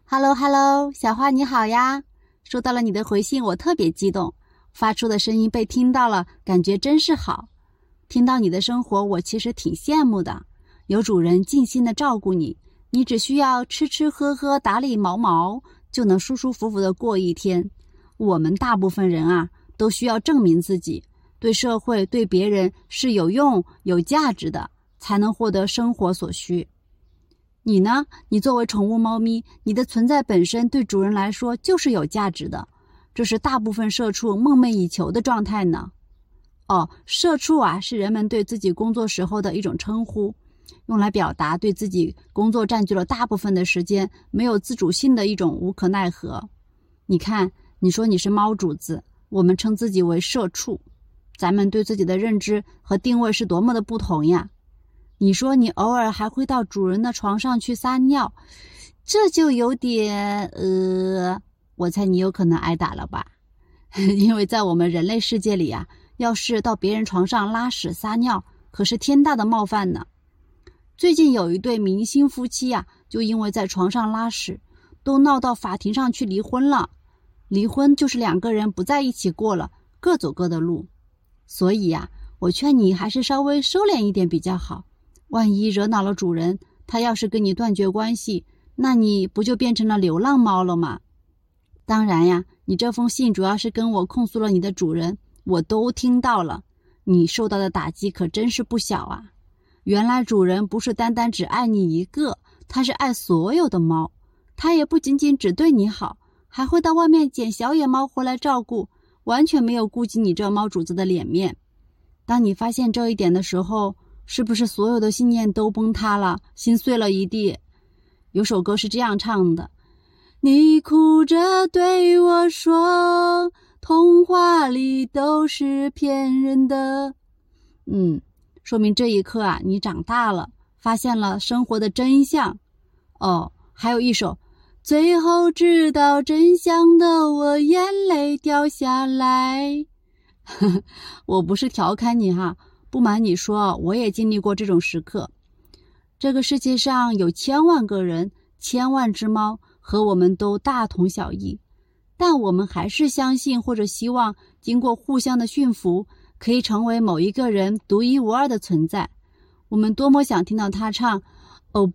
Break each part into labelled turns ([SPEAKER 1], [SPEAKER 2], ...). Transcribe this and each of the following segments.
[SPEAKER 1] Hello， 小花你好呀！收到了你的回信，我特别激动，发出的声音被听到了，感觉真是好。听到你的生活，我其实挺羡慕的，有主人尽心的照顾你，你只需要吃吃喝喝、打理毛毛，就能舒舒服服的过一天。我们大部分人啊，都需要证明自己，对社会、对别人是有用、有价值的，才能获得生活所需。你呢？你作为宠物猫咪，你的存在本身对主人来说就是有价值的，这是大部分社畜梦寐以求的状态呢。社畜啊，是人们对自己工作时候的一种称呼，用来表达对自己工作占据了大部分的时间，没有自主性的一种无可奈何。你看，你说你是猫主子，我们称自己为社畜，咱们对自己的认知和定位是多么的不同呀。你说你偶尔还会到主人的床上去撒尿，这就有点我猜你有可能挨打了吧。因为在我们人类世界里啊，要是到别人床上拉屎撒尿，可是天大的冒犯呢。最近有一对明星夫妻啊，就因为在床上拉屎，都闹到法庭上去离婚了。离婚就是两个人不在一起过了，各走各的路。所以啊，我劝你还是稍微收敛一点比较好。万一惹恼了主人，他要是跟你断绝关系，那你不就变成了流浪猫了吗？当然呀，你这封信主要是跟我控诉了你的主人，我都听到了，你受到的打击可真是不小啊。原来主人不是单单只爱你一个，他是爱所有的猫，他也不仅仅只对你好，还会到外面捡小野猫回来照顾，完全没有顾及你这猫主子的脸面。当你发现这一点的时候，是不是所有的信念都崩塌了，心碎了一地？有首歌是这样唱的：你哭着对我说，童话里都是骗人的。说明这一刻啊，你长大了，发现了生活的真相。还有一首，最后知道真相的我眼泪掉下来。我不是调侃你哈，不瞒你说，我也经历过这种时刻。这个世界上有千万个人，千万只猫，和我们都大同小异，但我们还是相信或者希望经过互相的驯服，可以成为某一个人独一无二的存在。我们多么想听到他唱 Oh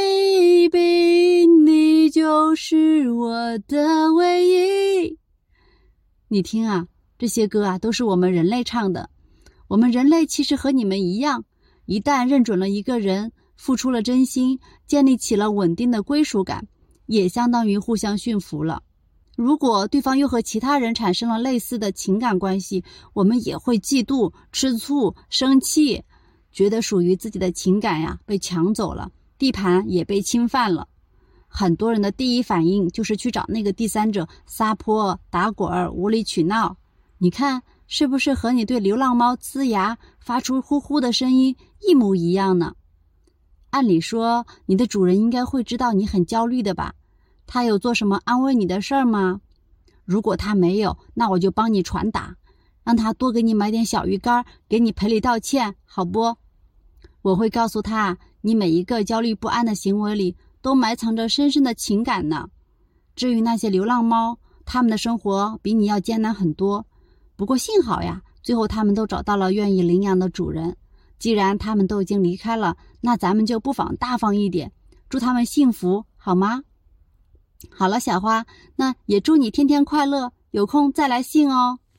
[SPEAKER 1] baby， 你就是我的唯一。你听啊，这些歌啊都是我们人类唱的。我们人类其实和你们一样，一旦认准了一个人，付出了真心，建立起了稳定的归属感，也相当于互相驯服了。如果对方又和其他人产生了类似的情感关系，我们也会嫉妒、吃醋、生气，觉得属于自己的情感呀被抢走了，地盘也被侵犯了。很多人的第一反应就是去找那个第三者撒泼、打滚、无理取闹。你看是不是和你对流浪猫呲牙发出呼呼的声音一模一样呢？按理说你的主人应该会知道你很焦虑的吧，他有做什么安慰你的事儿吗？如果他没有，那我就帮你传达，让他多给你买点小鱼干，给你赔礼道歉，好不？我会告诉他，你每一个焦虑不安的行为里都埋藏着深深的情感呢。至于那些流浪猫，他们的生活比你要艰难很多，不过幸好呀，最后他们都找到了愿意领养的主人。既然他们都已经离开了，那咱们就不妨大方一点，祝他们幸福，好吗？好了，小花，那也祝你天天快乐，有空再来信哦。